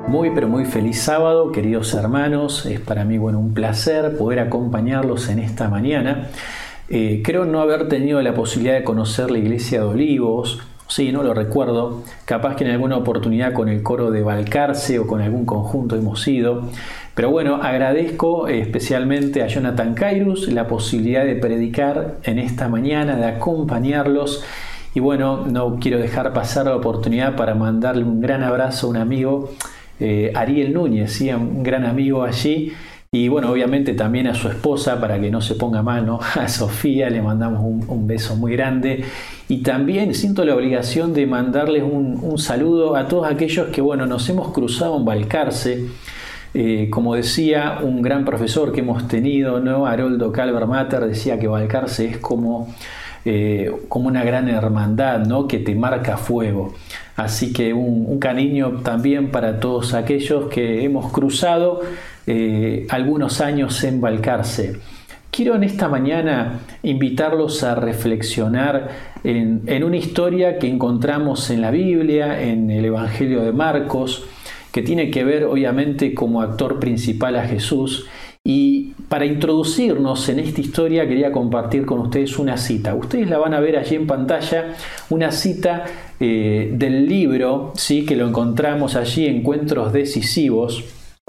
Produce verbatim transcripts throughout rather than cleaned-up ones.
Muy pero muy feliz sábado, queridos hermanos. Es para mí bueno, un placer poder acompañarlos en esta mañana. Eh, creo no haber tenido la posibilidad de conocer la iglesia de Olivos. Sí, no lo recuerdo. Capaz que en alguna oportunidad con el coro de Balcarce o con algún conjunto hemos ido. Pero bueno, agradezco especialmente a Jonathan Cairus la posibilidad de predicar en esta mañana, de acompañarlos. Y bueno, no quiero dejar pasar la oportunidad para mandarle un gran abrazo a un amigo, eh, Ariel Núñez, ¿sí? Un gran amigo allí. Y bueno, obviamente también a su esposa, para que no se ponga mal, ¿no? A Sofía le mandamos un, un beso muy grande. Y también siento la obligación de mandarles un, un saludo a todos aquellos que, bueno, nos hemos cruzado en Balcarce. Eh, como decía un gran profesor que hemos tenido, ¿no? Haroldo Calvermatter, decía que Balcarce es como, eh, como una gran hermandad, ¿no? Que te marca fuego. Así que un, un cariño también para todos aquellos que hemos cruzado eh, algunos años en Balcarce. Quiero en esta mañana invitarlos a reflexionar en, en una historia que encontramos en la Biblia, en el Evangelio de Marcos, que tiene que ver obviamente como actor principal a Jesús. Y para introducirnos en esta historia quería compartir con ustedes una cita. Ustedes la van a ver allí en pantalla, una cita eh, del libro, ¿sí? Que lo encontramos allí, Encuentros Decisivos,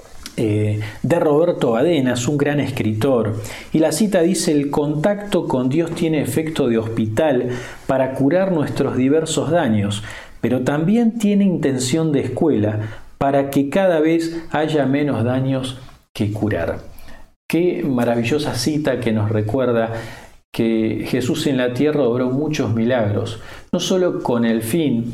eh, de Roberto Badenas, un gran escritor. Y la cita dice: el contacto con Dios tiene efecto de hospital para curar nuestros diversos daños, pero también tiene intención de escuela para que cada vez haya menos daños que curar. Qué maravillosa cita que nos recuerda que Jesús en la tierra obró muchos milagros, no solo con el fin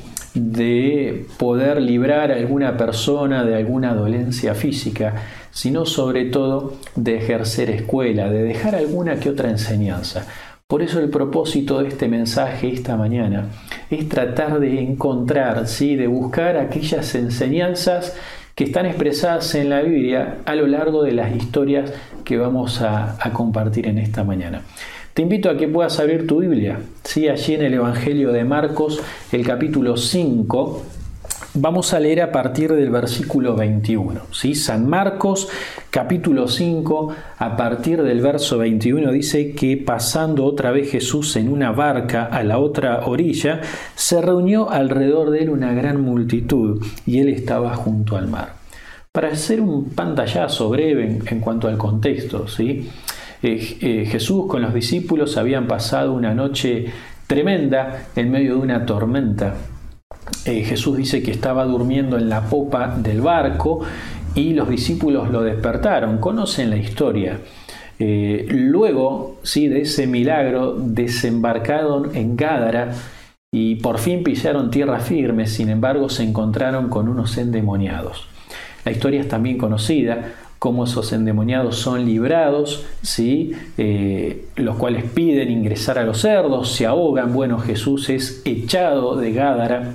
de poder librar a alguna persona de alguna dolencia física, sino sobre todo de ejercer escuela, de dejar alguna que otra enseñanza. Por eso el propósito de este mensaje esta mañana es tratar de encontrar, ¿sí? De buscar aquellas enseñanzas que están expresadas en la Biblia a lo largo de las historias que vamos a, a compartir en esta mañana. Te invito a que puedas abrir tu Biblia, ¿sí? Allí en el Evangelio de Marcos, el capítulo cinco, vamos a leer a partir del versículo veintiuno. ¿Sí? San Marcos, capítulo cinco, a partir del verso veintiuno, dice que pasando otra vez Jesús en una barca a la otra orilla, se reunió alrededor de él una gran multitud y él estaba junto al mar. Para hacer un pantallazo breve en, en cuanto al contexto, ¿sí? Eh, eh, Jesús con los discípulos habían pasado una noche tremenda en medio de una tormenta. Eh, Jesús dice que estaba durmiendo en la popa del barco y los discípulos lo despertaron. Conocen la historia. Eh, luego, sí, de ese milagro, desembarcaron en Gádara y por fin pisaron tierra firme. Sin embargo, se encontraron con unos endemoniados. La historia es también conocida, cómo esos endemoniados son librados, ¿sí? eh, los cuales piden ingresar a los cerdos, se ahogan. Bueno, Jesús es echado de Gádara.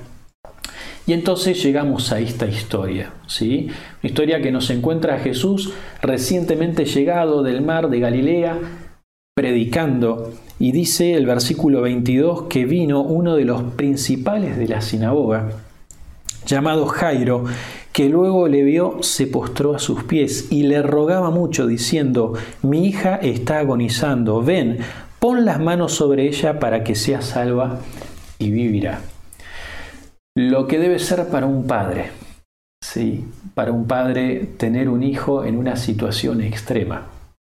Y entonces llegamos a esta historia, ¿sí? Una historia que nos encuentra a Jesús recientemente llegado del mar de Galilea, predicando. Y dice el versículo veintidós que vino uno de los principales de la sinagoga, llamado Jairo, que luego le vio, se postró a sus pies y le rogaba mucho, diciendo: mi hija está agonizando, ven, pon las manos sobre ella para que sea salva y vivirá. Lo que debe ser para un padre, ¿sí? Para un padre tener un hijo en una situación extrema.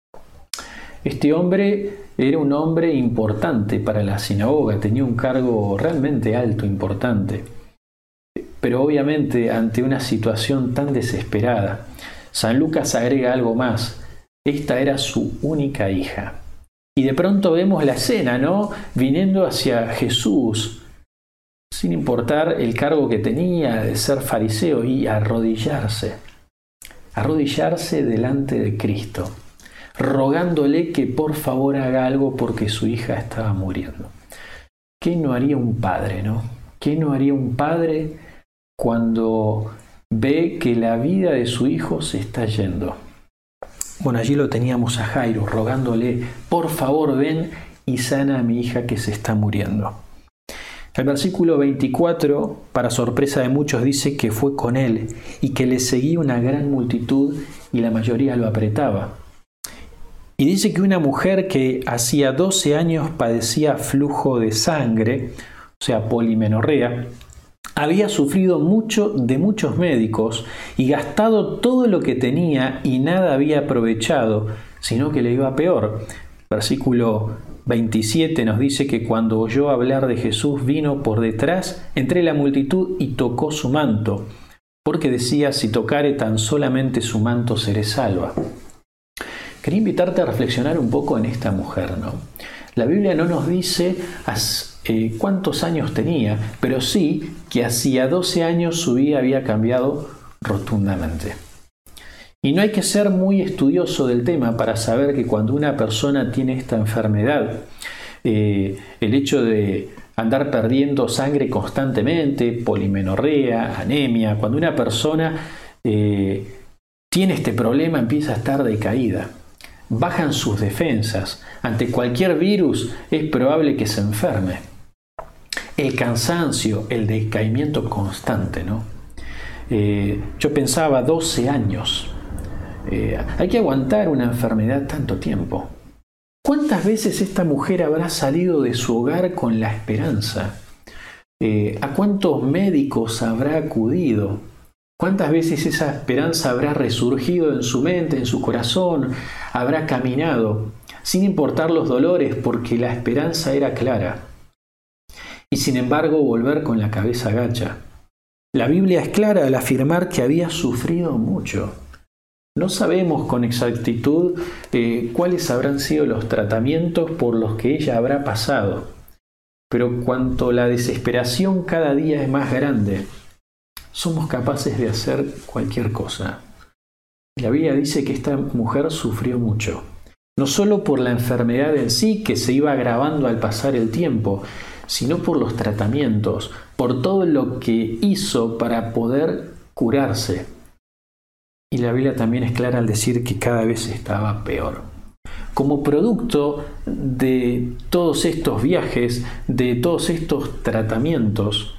Este hombre era un hombre importante para la sinagoga, tenía un cargo realmente alto, importante. Pero obviamente ante una situación tan desesperada, San Lucas agrega algo más: esta era su única hija. Y de pronto vemos la escena, ¿no? Viniendo hacia Jesús, sin importar el cargo que tenía de ser fariseo, y arrodillarse, arrodillarse delante de Cristo, rogándole que por favor haga algo porque su hija estaba muriendo. ¿Qué no haría un padre, no? ¿Qué no haría un padre cuando ve que la vida de su hijo se está yendo? Bueno, allí lo teníamos a Jairo rogándole: por favor ven y sana a mi hija que se está muriendo. El versículo veinticuatro, para sorpresa de muchos, dice que fue con él y que le seguía una gran multitud y la mayoría lo apretaba. Y dice que una mujer que hacía doce años padecía flujo de sangre, o sea, polimenorrea, había sufrido mucho de muchos médicos y gastado todo lo que tenía y nada había aprovechado, sino que le iba peor. Versículo veintisiete nos dice que cuando oyó hablar de Jesús vino por detrás entre la multitud y tocó su manto, porque decía: si tocare tan solamente su manto seré salva. Quería invitarte a reflexionar un poco en esta mujer, ¿no? La Biblia no nos dice eh, cuántos años tenía, pero sí que hacía doce años su vida había cambiado rotundamente. Y no hay que ser muy estudioso del tema para saber que cuando una persona tiene esta enfermedad, eh, el hecho de andar perdiendo sangre constantemente, polimenorrea, anemia, cuando una persona eh, tiene este problema empieza a estar decaída. Bajan sus defensas. Ante cualquier virus es probable que se enferme. El cansancio, el decaimiento constante, ¿no? Eh, yo pensaba doce años. Eh, hay que aguantar una enfermedad tanto tiempo. ¿Cuántas veces esta mujer habrá salido de su hogar con la esperanza? Eh, ¿A cuántos médicos habrá acudido? ¿Cuántas veces esa esperanza habrá resurgido en su mente, en su corazón? Habrá caminado, sin importar los dolores, porque la esperanza era clara. Y sin embargo, volver con la cabeza gacha. La Biblia es clara al afirmar que había sufrido mucho. No sabemos con exactitud eh, cuáles habrán sido los tratamientos por los que ella habrá pasado. Pero cuanto la desesperación cada día es más grande, somos capaces de hacer cualquier cosa. La Biblia dice que esta mujer sufrió mucho, no solo por la enfermedad en sí, que se iba agravando al pasar el tiempo, sino por los tratamientos, por todo lo que hizo para poder curarse. Y la Biblia también es clara al decir que cada vez estaba peor. Como producto de todos estos viajes, de todos estos tratamientos,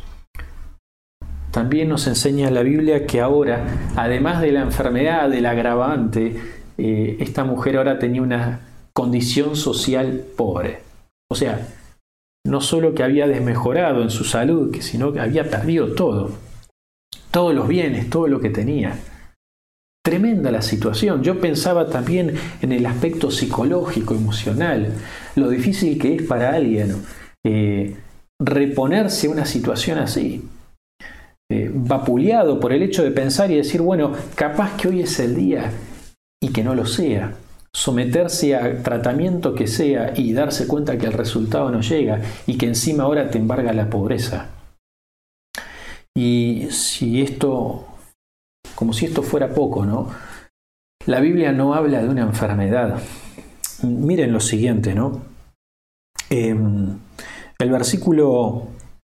también nos enseña la Biblia que ahora, además de la enfermedad, del agravante, eh, esta mujer ahora tenía una condición social pobre. O sea, no solo que había desmejorado en su salud, sino que había perdido todo. Todos los bienes, todo lo que tenía. Tremenda la situación. Yo pensaba también en el aspecto psicológico, emocional, lo difícil que es para alguien eh, reponerse a una situación así. Eh, vapuleado por el hecho de pensar y decir, bueno, capaz que hoy es el día y que no lo sea. Someterse a tratamiento que sea y darse cuenta que el resultado no llega y que encima ahora te embarga la pobreza. Y si esto, como si esto fuera poco, ¿no? La Biblia no habla de una enfermedad. Miren lo siguiente, ¿no? Eh, el versículo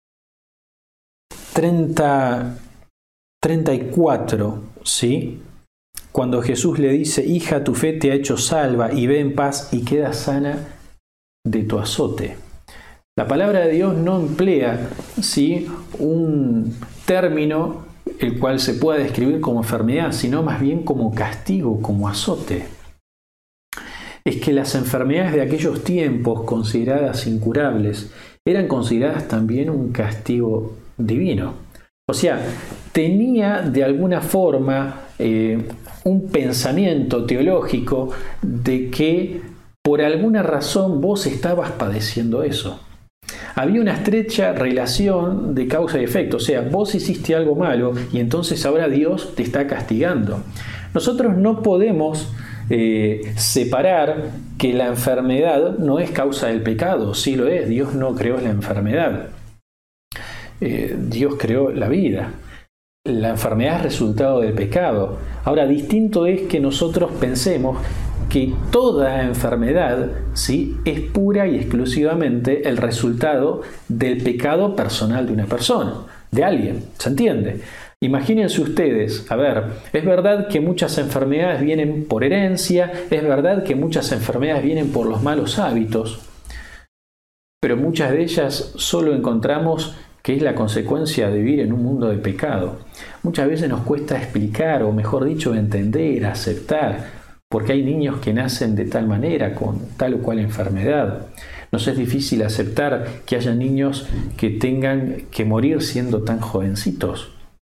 treinta, treinta y cuatro, ¿sí? Cuando Jesús le dice, hija, tu fe te ha hecho salva y ve en paz y queda sana de tu azote. La palabra de Dios no emplea, ¿sí?, un término el cual se pueda describir como enfermedad, sino más bien como castigo, como azote. Es que las enfermedades de aquellos tiempos, consideradas incurables, eran consideradas también un castigo divino. O sea, tenía de alguna forma eh, un pensamiento teológico de que por alguna razón vos estabas padeciendo eso. Había una estrecha relación de causa y efecto, o sea, vos hiciste algo malo y entonces ahora Dios te está castigando. Nosotros no podemos eh, separar que la enfermedad no es causa del pecado, sí lo es, Dios no creó la enfermedad, eh, Dios creó la vida. La enfermedad es resultado del pecado. Ahora, distinto es que nosotros pensemos que toda enfermedad, ¿sí?, es pura y exclusivamente el resultado del pecado personal de una persona, de alguien. ¿Se entiende? Imagínense ustedes, a ver, es verdad que muchas enfermedades vienen por herencia, es verdad que muchas enfermedades vienen por los malos hábitos, pero muchas de ellas solo encontramos que es la consecuencia de vivir en un mundo de pecado. Muchas veces nos cuesta explicar, o mejor dicho, entender, aceptar, porque hay niños que nacen de tal manera, con tal o cual enfermedad. Nos es difícil aceptar que haya niños que tengan que morir siendo tan jovencitos.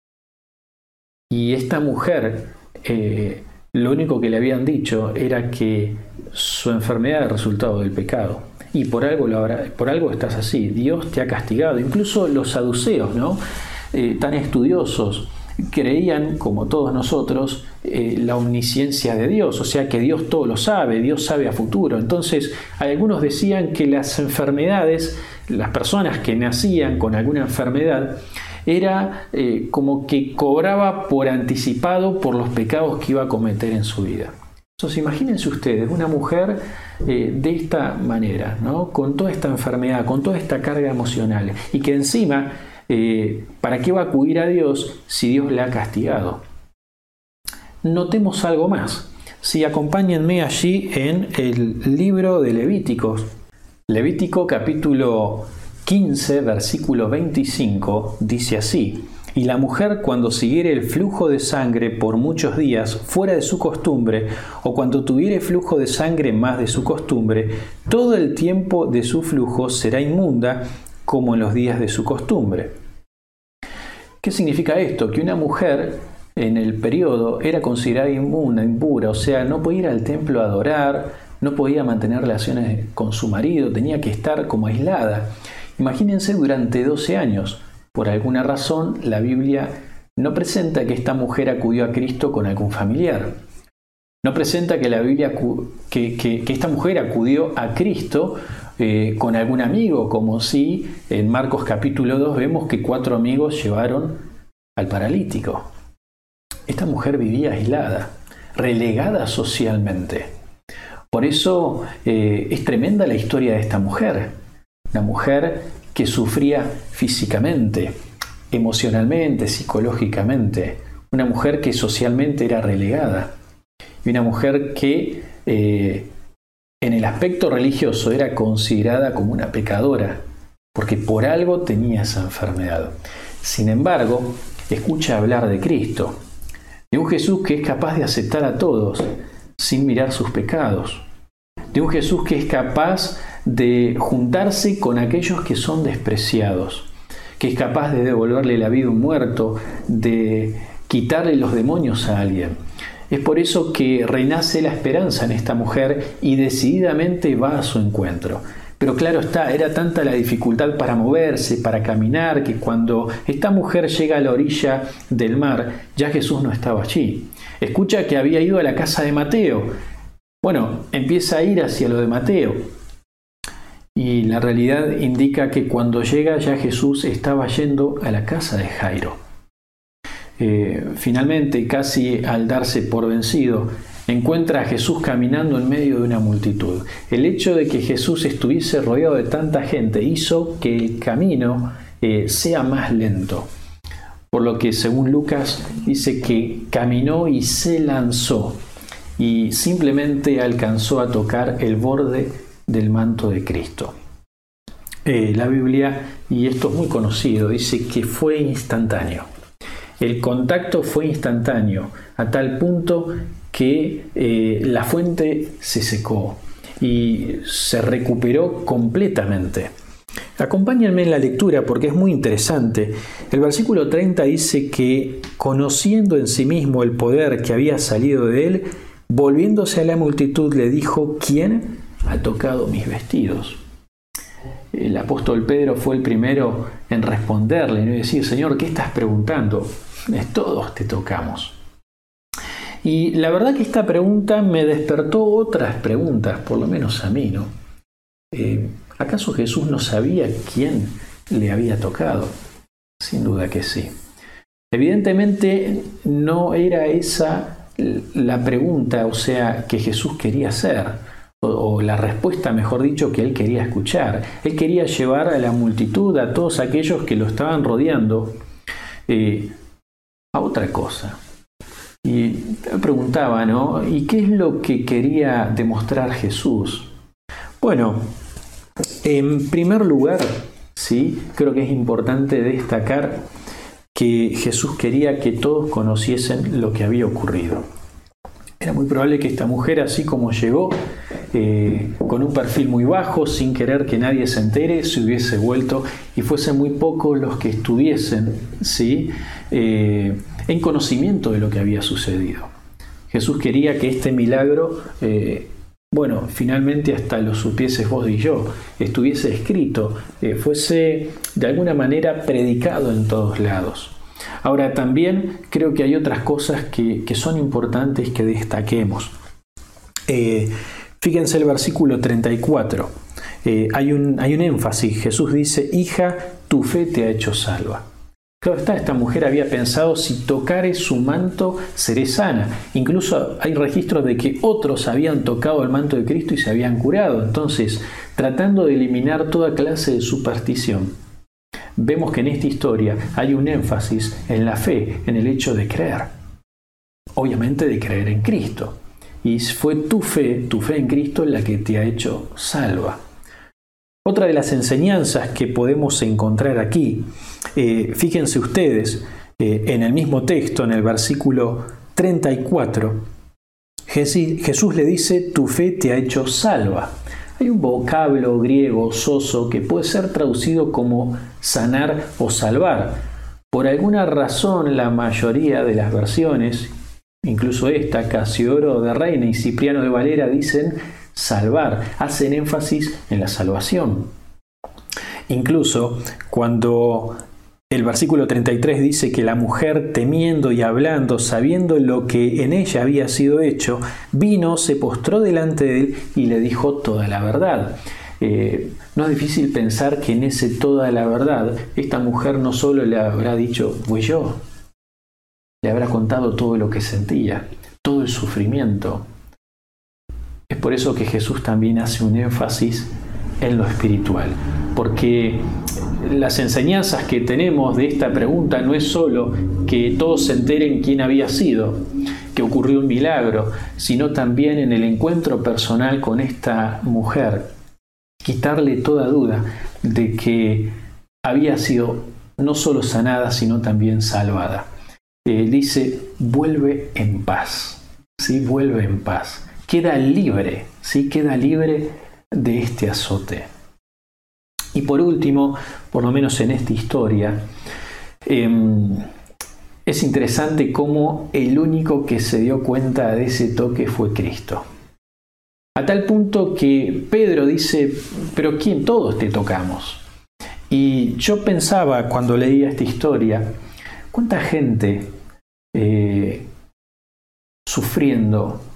Y esta mujer, eh, lo único que le habían dicho era que su enfermedad era resultado del pecado. Y por algo, lo habrá, por algo estás así. Dios te ha castigado. Incluso los saduceos, ¿no? Eh, tan estudiosos, creían, como todos nosotros, eh, la omnisciencia de Dios, o sea que Dios todo lo sabe, Dios sabe a futuro. Entonces, algunos decían que las enfermedades, las personas que nacían con alguna enfermedad, era eh, como que cobraba por anticipado por los pecados que iba a cometer en su vida. Entonces, imagínense ustedes, una mujer eh, de esta manera, ¿no? Con toda esta enfermedad, con toda esta carga emocional, y que encima, eh, ¿para qué va a acudir a Dios si Dios la ha castigado? Notemos algo más. Si acompáñenme allí en el libro de Levíticos. Levítico capítulo quince, versículo veinticinco, dice así: y la mujer, cuando siguiere el flujo de sangre por muchos días fuera de su costumbre, o cuando tuviere flujo de sangre más de su costumbre, todo el tiempo de su flujo será inmunda, como en los días de su costumbre. ¿Qué significa esto? Que una mujer en el periodo era considerada inmunda, impura, o sea, no podía ir al templo a adorar, no podía mantener relaciones con su marido, tenía que estar como aislada. Imagínense durante doce años. Por alguna razón, la Biblia no presenta que esta mujer acudió a Cristo con algún familiar. No presenta que, la Biblia, que, que, que esta mujer acudió a Cristo eh, con algún amigo, como si en Marcos capítulo dos vemos que cuatro amigos llevaron al paralítico. Esta mujer vivía aislada, relegada socialmente. Por eso eh, es tremenda la historia de esta mujer. Una mujer que sufría físicamente, emocionalmente, psicológicamente. Una mujer que socialmente era relegada. Y una mujer que eh, en el aspecto religioso era considerada como una pecadora, porque por algo tenía esa enfermedad. Sin embargo, escucha hablar de Cristo, de un Jesús que es capaz de aceptar a todos sin mirar sus pecados, de un Jesús que es capaz de juntarse con aquellos que son despreciados, que es capaz de devolverle la vida a un muerto, de quitarle los demonios a alguien. Es por eso que renace la esperanza en esta mujer y decididamente va a su encuentro. Pero claro está, era tanta la dificultad para moverse, para caminar, que cuando esta mujer llega a la orilla del mar, ya Jesús no estaba allí. Escucha que había ido a la casa de Mateo. Bueno, empieza a ir hacia lo de Mateo. Y la realidad indica que cuando llega ya Jesús estaba yendo a la casa de Jairo. Eh, finalmente, casi al darse por vencido, encuentra a Jesús caminando en medio de una multitud. El hecho de que Jesús estuviese rodeado de tanta gente hizo que el camino eh, sea más lento. Por lo que, según Lucas, dice que caminó y se lanzó y simplemente alcanzó a tocar el borde del manto de Cristo. Eh, la Biblia, y esto es muy conocido, dice que fue instantáneo. El contacto fue instantáneo, a tal punto que eh, la fuente se secó y se recuperó completamente. Acompáñenme en la lectura porque es muy interesante. El versículo treinta dice que, conociendo en sí mismo el poder que había salido de él, volviéndose a la multitud le dijo: ¿quién ha tocado mis vestidos? El apóstol Pedro fue el primero en responderle y decir: Señor, ¿qué estás preguntando? Todos te tocamos. Y la verdad que esta pregunta me despertó otras preguntas, por lo menos a mí, ¿no? Eh, ¿Acaso Jesús no sabía quién le había tocado? Sin duda que sí. Evidentemente no era esa la pregunta, o sea, que Jesús quería hacer, o, o la respuesta, mejor dicho, que él quería escuchar. Él quería llevar a la multitud, a todos aquellos que lo estaban rodeando, eh, a otra cosa. Y me preguntaba, ¿no? ¿Y qué es lo que quería demostrar Jesús? Bueno, En primer lugar, sí, creo que es importante destacar que Jesús quería que todos conociesen lo que había ocurrido. Era muy probable que esta mujer, así como llegó, eh, con un perfil muy bajo, sin querer que nadie se entere, se hubiese vuelto y fuesen muy pocos los que estuviesen, ¿sí? eh, en conocimiento de lo que había sucedido. Jesús quería que este milagro, eh, bueno, finalmente hasta lo supieses vos y yo, estuviese escrito, eh, fuese de alguna manera predicado en todos lados. Ahora, también creo que hay otras cosas que, que son importantes que destaquemos. Eh, fíjense el versículo treinta y cuatro. Eh, hay, un, hay un énfasis. Jesús dice, hija, tu fe te ha hecho salva. Claro está, esta mujer había pensado, si tocare su manto, seré sana. Incluso hay registros de que otros habían tocado el manto de Cristo y se habían curado. Entonces, tratando de eliminar toda clase de superstición, vemos que en esta historia hay un énfasis en la fe, en el hecho de creer. Obviamente de creer en Cristo. Y fue tu fe, tu fe en Cristo, la que te ha hecho salva. Otra de las enseñanzas que podemos encontrar aquí, eh, fíjense ustedes, eh, en el mismo texto, en el versículo treinta y cuatro, Jesús le dice, tu fe te ha hecho salva. Hay un vocablo griego, soso, que puede ser traducido como sanar o salvar. Por alguna razón, la mayoría de las versiones, incluso esta, Casiodoro de Reina y Cipriano de Valera, dicen salvar, hacen énfasis en la salvación. Incluso cuando el versículo treinta y tres dice que la mujer, temiendo y hablando, sabiendo lo que en ella había sido hecho, vino, se postró delante de él y le dijo toda la verdad. Eh, no es difícil pensar que en ese toda la verdad, esta mujer no solo le habrá dicho, fui yo, le habrá contado todo lo que sentía, todo el sufrimiento. Es por eso que Jesús también hace un énfasis en lo espiritual, porque las enseñanzas que tenemos de esta pregunta no es solo que todos se enteren quién había sido, que ocurrió un milagro, sino también en el encuentro personal con esta mujer, quitarle toda duda de que había sido no solo sanada, sino también salvada. Eh, dice, vuelve en paz, ¿sí? Vuelve en paz. Queda libre, ¿sí? Queda libre de este azote. Y por último, por lo menos en esta historia, eh, es interesante cómo el único que se dio cuenta de ese toque fue Cristo. A tal punto que Pedro dice, pero ¿quién? Todos te tocamos. Y yo pensaba cuando leía esta historia, ¿cuánta gente eh, sufriendo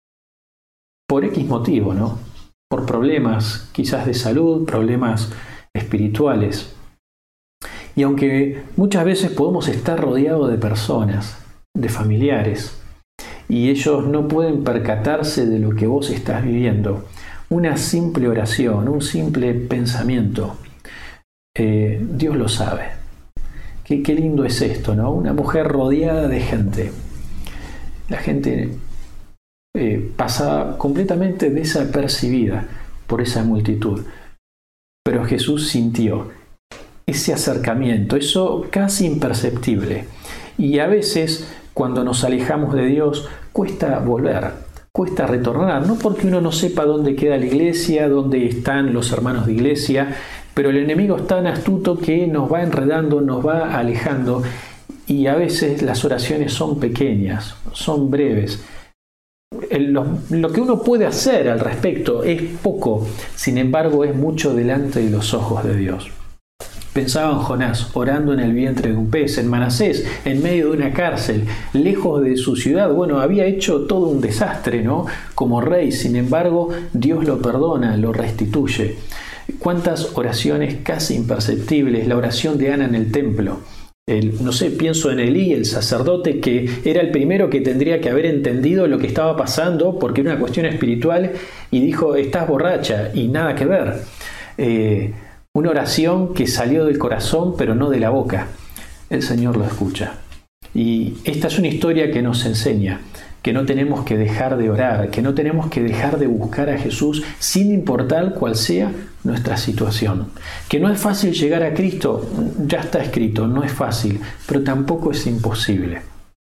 por X motivo, ¿no? Por problemas quizás de salud, problemas espirituales? Y aunque muchas veces podemos estar rodeados de personas, de familiares, y ellos no pueden percatarse de lo que vos estás viviendo, una simple oración, un simple pensamiento, eh, Dios lo sabe. Qué, qué lindo es esto, ¿no? Una mujer rodeada de gente. La gente eh, pasa completamente desapercibida por esa multitud. Pero Jesús sintió ese acercamiento, eso casi imperceptible. Y a veces, cuando nos alejamos de Dios, cuesta volver, cuesta retornar. No porque uno no sepa dónde queda la iglesia, dónde están los hermanos de iglesia, pero el enemigo es tan astuto que nos va enredando, nos va alejando. Y a veces las oraciones son pequeñas, son breves. El, lo, lo que uno puede hacer al respecto es poco, sin embargo es mucho delante de los ojos de Dios. Pensaba en Jonás, orando en el vientre de un pez, en Manasés, en medio de una cárcel, lejos de su ciudad. Bueno, había hecho todo un desastre, ¿no? Como rey, sin embargo, Dios lo perdona, lo restituye. ¿Cuántas oraciones casi imperceptibles? La oración de Ana en el templo. El, no sé, pienso en Elí, el sacerdote, que era el primero que tendría que haber entendido lo que estaba pasando, porque era una cuestión espiritual, y dijo, estás borracha, y nada que ver. Eh, una oración que salió del corazón, pero no de la boca. El Señor lo escucha. Y esta es una historia que nos enseña que no tenemos que dejar de orar, que no tenemos que dejar de buscar a Jesús sin importar cuál sea nuestra situación. Que no es fácil llegar a Cristo, ya está escrito, no es fácil, pero tampoco es imposible.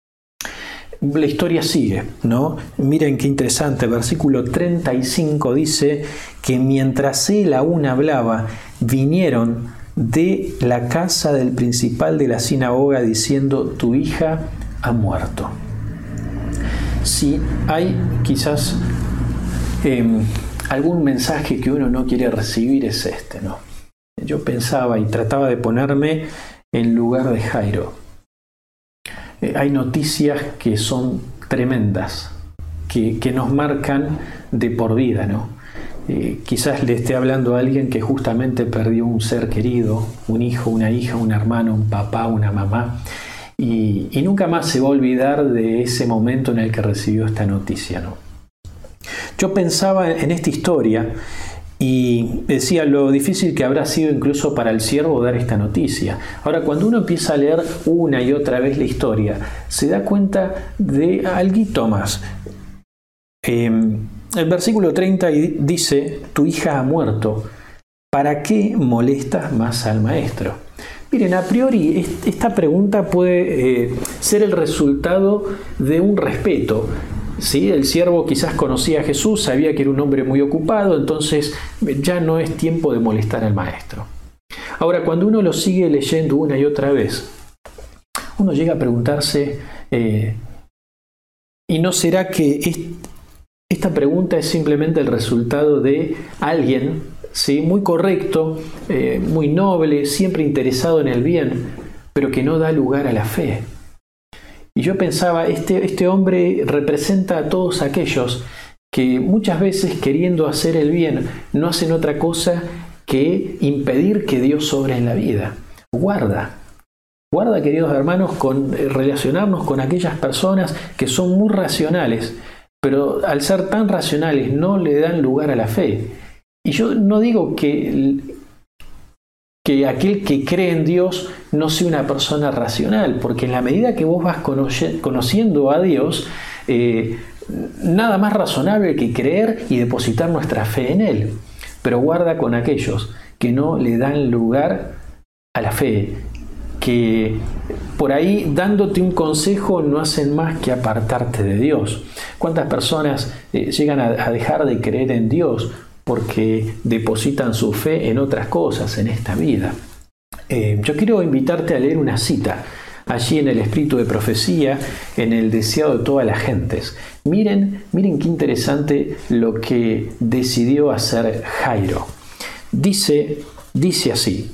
La historia sigue, ¿no? Miren qué interesante, versículo treinta y cinco dice que mientras él aún hablaba, vinieron de la casa del principal de la sinagoga diciendo: tu hija ha muerto. Si hay quizás eh, algún mensaje que uno no quiere recibir, es este, ¿no? Yo pensaba y trataba de ponerme en lugar de Jairo. Eh, hay noticias que son tremendas, que, que nos marcan de por vida, ¿no? Eh, quizás le esté hablando a alguien que justamente perdió un ser querido, un hijo, una hija, un hermano, un papá, una mamá. Y, y nunca más se va a olvidar de ese momento en el que recibió esta noticia, ¿no? Yo pensaba en esta historia y decía lo difícil que habrá sido incluso para el siervo dar esta noticia. Ahora, cuando uno empieza a leer una y otra vez la historia, se da cuenta de algo más. Eh, el versículo treinta dice: tu hija ha muerto, ¿para qué molestas más al maestro? Miren, a priori esta pregunta puede eh, ser el resultado de un respeto. ¿Sí? El siervo quizás conocía a Jesús, sabía que era un hombre muy ocupado, entonces ya no es tiempo de molestar al maestro. Ahora, cuando uno lo sigue leyendo una y otra vez, uno llega a preguntarse, eh, ¿y no será que es, esta pregunta es simplemente el resultado de alguien, ¿sí?, muy correcto, eh, muy noble, siempre interesado en el bien, pero que no da lugar a la fe? Y yo pensaba, este, este hombre representa a todos aquellos que muchas veces, queriendo hacer el bien, no hacen otra cosa que impedir que Dios obre en la vida. Guarda, guarda, queridos hermanos, con relacionarnos con aquellas personas que son muy racionales, pero al ser tan racionales no le dan lugar a la fe. Y yo no digo que, que aquel que cree en Dios no sea una persona racional, porque en la medida que vos vas conoce, conociendo a Dios, eh, nada más razonable que creer y depositar nuestra fe en Él. Pero guarda con aquellos que no le dan lugar a la fe, que por ahí dándote un consejo no hacen más que apartarte de Dios. ¿Cuántas personas eh, llegan a, a dejar de creer en Dios porque depositan su fe en otras cosas en esta vida? Eh, yo quiero invitarte a leer una cita allí en el Espíritu de Profecía, en el deseado de todas las gentes. Miren, miren qué interesante lo que decidió hacer Jairo. Dice, dice así: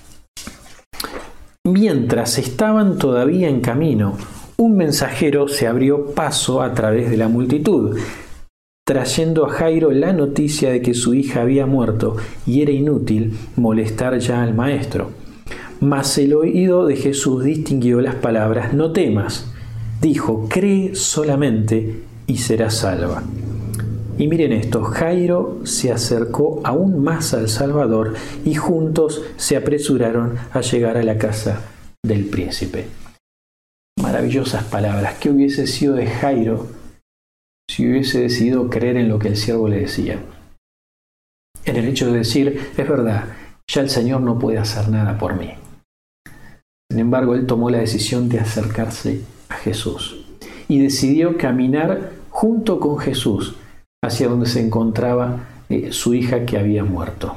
mientras estaban todavía en camino, un mensajero se abrió paso a través de la multitud, trayendo a Jairo la noticia de que su hija había muerto y era inútil molestar ya al maestro. Mas el oído de Jesús distinguió las palabras: no temas. Dijo: cree solamente y serás salva. Y miren esto, Jairo se acercó aún más al Salvador y juntos se apresuraron a llegar a la casa del príncipe. Maravillosas palabras. ¿Qué hubiese sido de Jairo si hubiese decidido creer en lo que el siervo le decía? En el hecho de decir: es verdad, ya el Señor no puede hacer nada por mí. Sin embargo, él tomó la decisión de acercarse a Jesús y decidió caminar junto con Jesús hacia donde se encontraba eh, su hija que había muerto.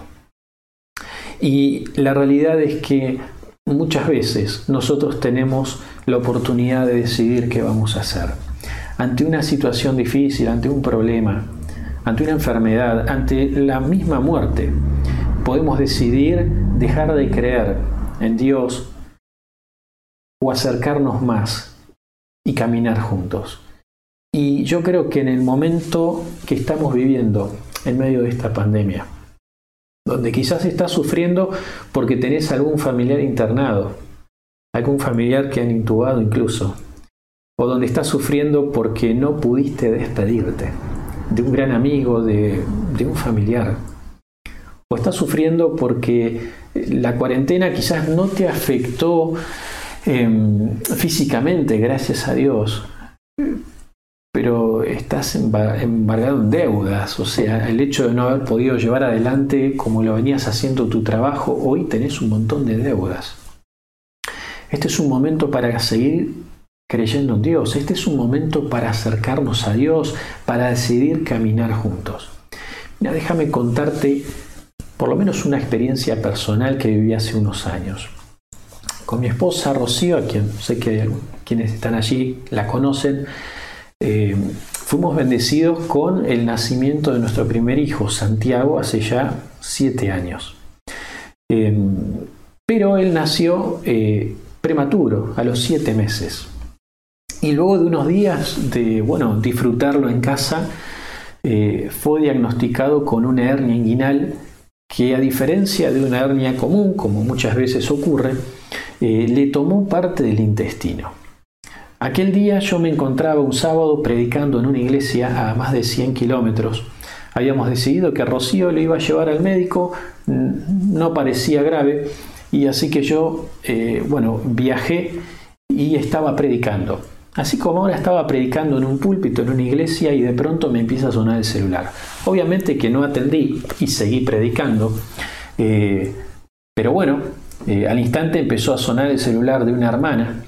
Y la realidad es que muchas veces nosotros tenemos la oportunidad de decidir qué vamos a hacer. Ante una situación difícil, ante un problema, ante una enfermedad, ante la misma muerte, podemos decidir dejar de creer en Dios o acercarnos más y caminar juntos. Y yo creo que en el momento que estamos viviendo en medio de esta pandemia, donde quizás estás sufriendo porque tenés algún familiar internado, algún familiar que han intubado incluso, o donde estás sufriendo porque no pudiste despedirte de un gran amigo, de, de un familiar, o estás sufriendo porque la cuarentena quizás no te afectó eh, físicamente, gracias a Dios, pero estás embargado en deudas, o sea, el hecho de no haber podido llevar adelante como lo venías haciendo tu trabajo, hoy tenés un montón de deudas. Este es un momento para seguir creyendo en Dios, este es un momento para acercarnos a Dios, para decidir caminar juntos. Mira, déjame contarte por lo menos una experiencia personal que viví hace unos años. Con mi esposa Rocío, a quien sé que quienes están allí la conocen, eh, fuimos bendecidos con el nacimiento de nuestro primer hijo, Santiago, hace ya siete años. Eh, pero él nació eh, prematuro, a los siete meses. Y luego de unos días de bueno, disfrutarlo en casa, eh, fue diagnosticado con una hernia inguinal que, a diferencia de una hernia común, como muchas veces ocurre, eh, le tomó parte del intestino. Aquel día yo me encontraba un sábado predicando en una iglesia a más de cien kilómetros. Habíamos decidido que a Rocío le iba a llevar al médico, no parecía grave, y así que yo, eh, bueno, viajé y estaba predicando. Así como ahora estaba predicando en un púlpito, en una iglesia, y de pronto me empieza a sonar el celular. Obviamente que no atendí y seguí predicando, eh, pero bueno, eh, al instante empezó a sonar el celular de una hermana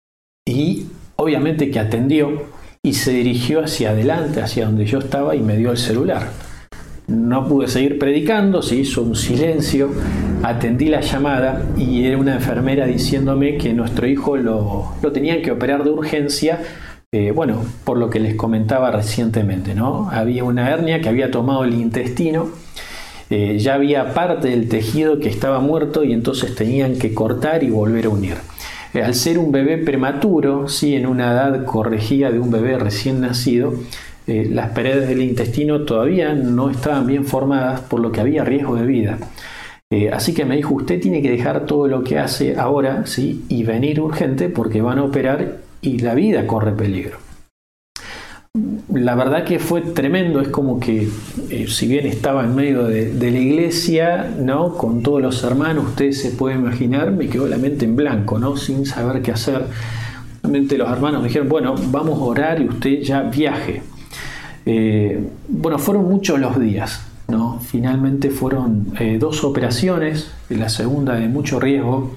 y obviamente que atendió y se dirigió hacia adelante, hacia donde yo estaba, y me dio el celular. No pude seguir predicando, se hizo un silencio, atendí la llamada y era una enfermera diciéndome que nuestro hijo lo, lo tenían que operar de urgencia, eh, bueno, por lo que les comentaba recientemente, ¿no? Había una hernia que había tomado el intestino, eh, ya había parte del tejido que estaba muerto y entonces tenían que cortar y volver a unir. Eh, al ser un bebé prematuro, sí, en una edad corregida de un bebé recién nacido, Eh, las paredes del intestino todavía no estaban bien formadas, por lo que había riesgo de vida. Eh, así que me dijo, usted tiene que dejar todo lo que hace ahora, ¿sí? Y venir urgente porque van a operar y la vida corre peligro. La verdad que fue tremendo, es como que eh, si bien estaba en medio de, de la iglesia, ¿no? Con todos los hermanos, ustedes se pueden imaginar, me quedó la mente en blanco, ¿no? Sin saber qué hacer. Realmente los hermanos me dijeron, bueno, vamos a orar y usted ya viaje. Eh, bueno, fueron muchos los días, ¿no? Finalmente fueron eh, dos operaciones, la segunda de mucho riesgo,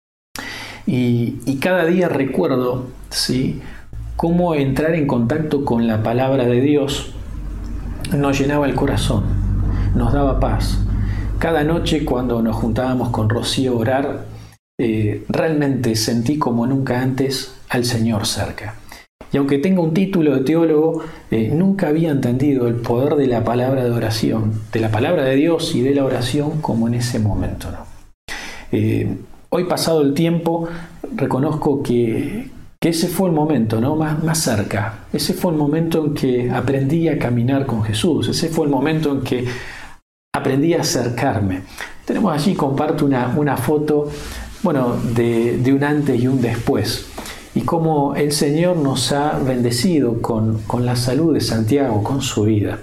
y, y cada día recuerdo, ¿sí?, cómo entrar en contacto con la palabra de Dios nos llenaba el corazón, nos daba paz. Cada noche cuando nos juntábamos con Rocío a orar, eh, realmente sentí como nunca antes al Señor cerca. Y aunque tenga un título de teólogo, eh, nunca había entendido el poder de la palabra de oración, de la palabra de Dios y de la oración como en ese momento, ¿no? Eh, hoy, pasado el tiempo, reconozco que, que ese fue el momento, ¿no? más, más cerca. Ese fue el momento en que aprendí a caminar con Jesús. Ese fue el momento en que aprendí a acercarme. Tenemos allí, comparto una, una foto, bueno, de, de un antes y un después. Y cómo el Señor nos ha bendecido con, con la salud de Santiago, con su vida.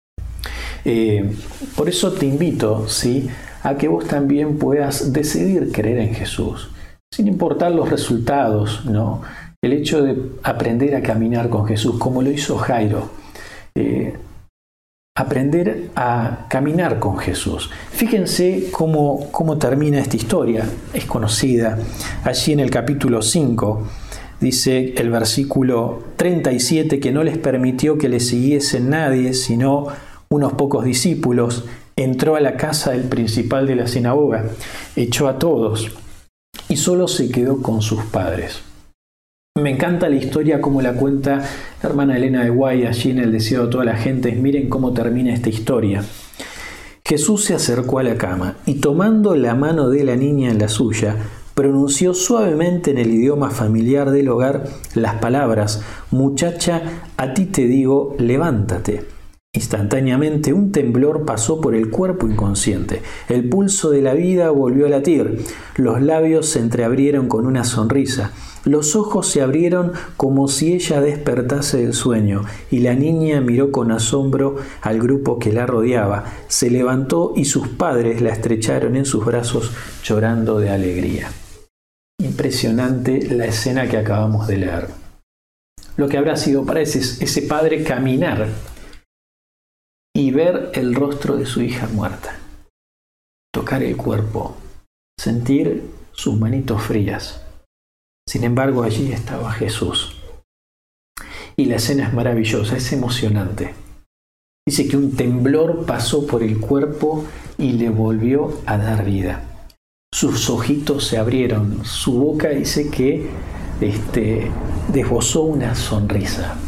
Eh, por eso te invito, ¿sí?, a que vos también puedas decidir creer en Jesús, sin importar los resultados, ¿no? El hecho de aprender a caminar con Jesús, como lo hizo Jairo. Eh, aprender a caminar con Jesús. Fíjense cómo, cómo termina esta historia, es conocida. Allí en el capítulo cinco, dice el versículo treinta y siete que no les permitió que le siguiesen nadie, sino unos pocos discípulos. Entró a la casa del principal de la sinagoga, echó a todos y solo se quedó con sus padres. Me encanta la historia como la cuenta la hermana Elena de Guay allí en El deseo de toda la gente. Miren cómo termina esta historia. Jesús se acercó a la cama y, tomando la mano de la niña en la suya, pronunció suavemente en el idioma familiar del hogar las palabras: «Muchacha, a ti te digo, levántate». Instantáneamente un temblor pasó por el cuerpo inconsciente. El pulso de la vida volvió a latir. Los labios se entreabrieron con una sonrisa. Los ojos se abrieron como si ella despertase del sueño, y la niña miró con asombro al grupo que la rodeaba. Se levantó y sus padres la estrecharon en sus brazos, llorando de alegría. Impresionante la escena que acabamos de leer. lo que habrá sido para ese, ese padre caminar y ver el rostro de su hija muerta, tocar el cuerpo, sentir sus manitos frías. Sin embargo, allí estaba Jesús. Y la escena es maravillosa, es emocionante. Dice que un temblor pasó por el cuerpo y le volvió a dar vida. Sus ojitos se abrieron, su boca dice que este, desbozó una sonrisa.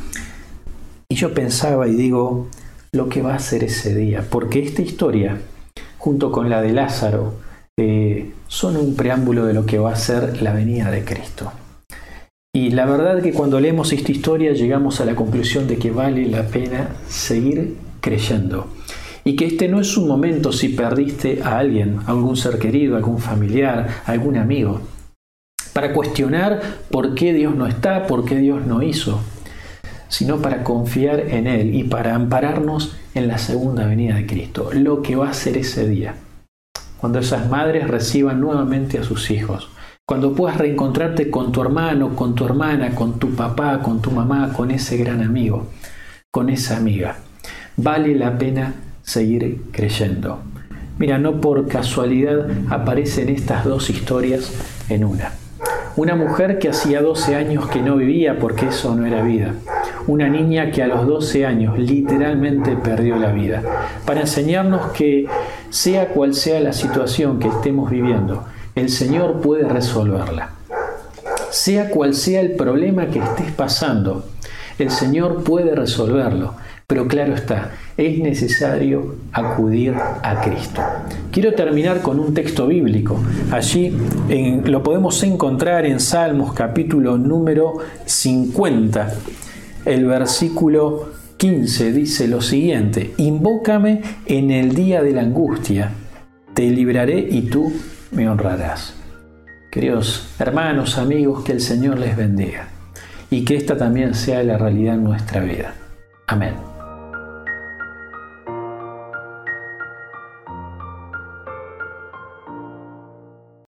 Y yo pensaba y digo, lo que va a ser ese día, porque esta historia, junto con la de Lázaro, eh, son un preámbulo de lo que va a ser la venida de Cristo. Y la verdad que cuando leemos esta historia llegamos a la conclusión de que vale la pena seguir creyendo. Y que este no es un momento si perdiste a alguien, a algún ser querido, a algún familiar, a algún amigo, para cuestionar por qué Dios no está, por qué Dios no hizo, sino para confiar en Él y para ampararnos en la segunda venida de Cristo, lo que va a ser ese día, cuando esas madres reciban nuevamente a sus hijos, cuando puedas reencontrarte con tu hermano, con tu hermana, con tu papá, con tu mamá, con ese gran amigo, con esa amiga. Vale la pena seguir creyendo. Mira, no por casualidad aparecen estas dos historias en una. Una mujer que hacía doce años que no vivía porque eso no era vida. Una niña que a los doce años literalmente perdió la vida. Para enseñarnos que sea cual sea la situación que estemos viviendo, el Señor puede resolverla. Sea cual sea el problema que estés pasando, el Señor puede resolverlo. Pero claro está, es necesario acudir a Cristo. Quiero terminar con un texto bíblico. Allí en, lo podemos encontrar en Salmos capítulo número cincuenta. El versículo quince dice lo siguiente: invócame en el día de la angustia, te libraré y tú me honrarás. Queridos hermanos, amigos, que el Señor les bendiga y que esta también sea la realidad en nuestra vida. Amén.